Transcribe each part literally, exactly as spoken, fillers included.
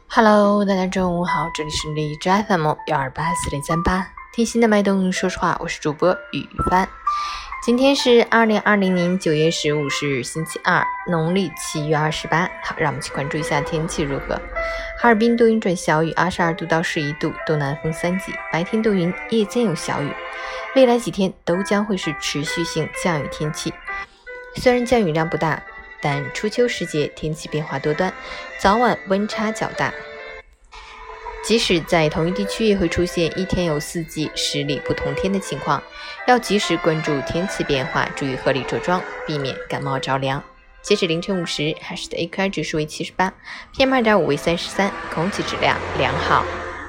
Hello， 大家中午好，这里是荔枝 F M 幺二八四零三八，听心的脉动，说实话，我是主播雨帆。今天是二零二零年九月十五日，星期二，农历七月二十八。好，让我们去关注一下天气如何。哈尔滨多云转小雨，二十二度到十一度，东南风三级，白天多云，夜间有小雨。未来几天都将会是持续性降雨天气，虽然降雨量不大，但初秋时节天气变化多端，早晚温差较大。即使在同一地区也会出现一天有四季十里不同天的情况，要及时关注天气变化，注意合理着装，避免感冒着凉。截止凌晨五时，海市的 A Q I 指数为七十八 ，P M 二点五 为三十三，空气质量良好。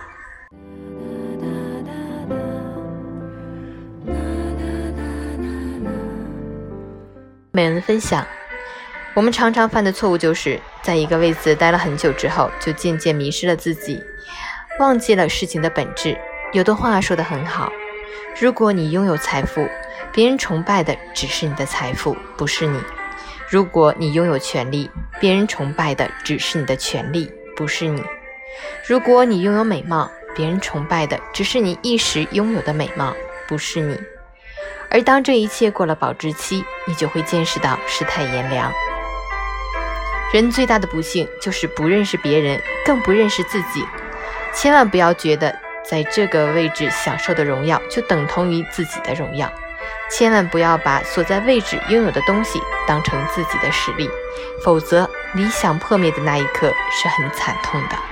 每人分享，我们常常犯的错误就是在一个位置待了很久之后，就渐渐迷失了自己，忘记了事情的本质。有的话说得很好，如果你拥有财富，别人崇拜的只是你的财富，不是你；如果你拥有权力，别人崇拜的只是你的权力，不是你；如果你拥有美貌，别人崇拜的只是你一时拥有的美貌，不是你。而当这一切过了保质期，你就会见识到世态炎凉。人最大的不幸就是不认识别人，更不认识自己。千万不要觉得在这个位置享受的荣耀就等同于自己的荣耀，千万不要把所在位置拥有的东西当成自己的实力，否则理想破灭的那一刻是很惨痛的。